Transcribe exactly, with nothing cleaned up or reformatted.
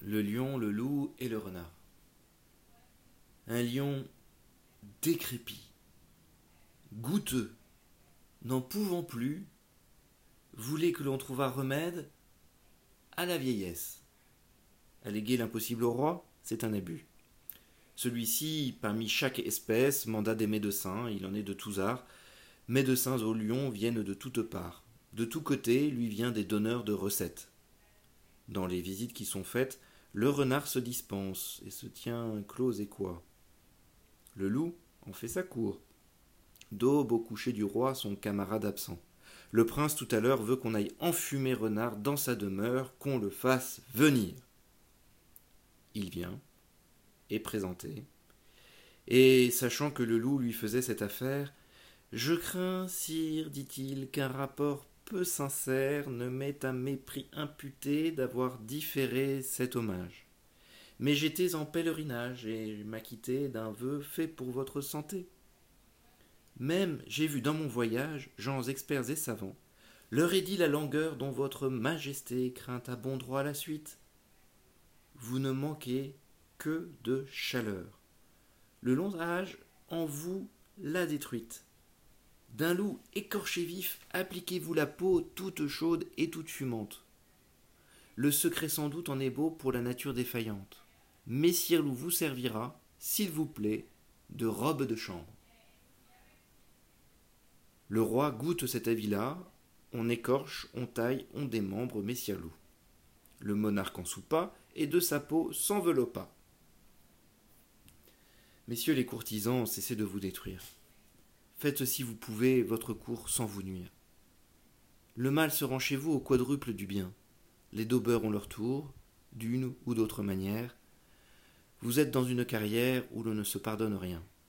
Le lion, le loup et le renard. Un lion décrépit, goutteux, n'en pouvant plus, voulait que l'on trouvât remède à la vieillesse. Alléguer l'impossible au roi, c'est un abus. Celui-ci, parmi chaque espèce, manda des médecins, il en est de tous arts. Médecins au lion viennent de toutes parts. De tous côtés, lui vient des donneurs de recettes. Dans les visites qui sont faites, le renard se dispense et se tient clos et coi. Le loup en fait sa cour. D'aube au coucher du roi, son camarade absent. Le prince tout à l'heure veut qu'on aille enfumer Renard dans sa demeure, qu'on le fasse venir. Il vient, est présenté, et sachant que le loup lui faisait cette affaire, « Je crains, sire, dit-il, qu'un rapport peu sincère ne m'ait à mépris imputé d'avoir différé cet hommage. Mais j'étais en pèlerinage et m'acquittais d'un vœu fait pour votre santé. Même j'ai vu dans mon voyage gens experts et savants, leur ai dit la langueur dont votre majesté craint à bon droit la suite. Vous ne manquez que de chaleur. Le long âge en vous l'a détruite. D'un loup écorché vif, appliquez-vous la peau toute chaude et toute fumante. Le secret sans doute en est beau pour la nature défaillante. Messire loup vous servira, s'il vous plaît, de robe de chambre. Le roi goûte cet avis-là, on écorche, on taille, on démembre Messire loup. Le monarque en soupa et de sa peau s'enveloppa. Messieurs les courtisans, cessez de vous détruire. Faites si vous pouvez votre cour sans vous nuire. Le mal se rend chez vous au quadruple du bien. Les daubeurs ont leur tour, d'une ou d'autre manière. Vous êtes dans une carrière où l'on ne se pardonne rien.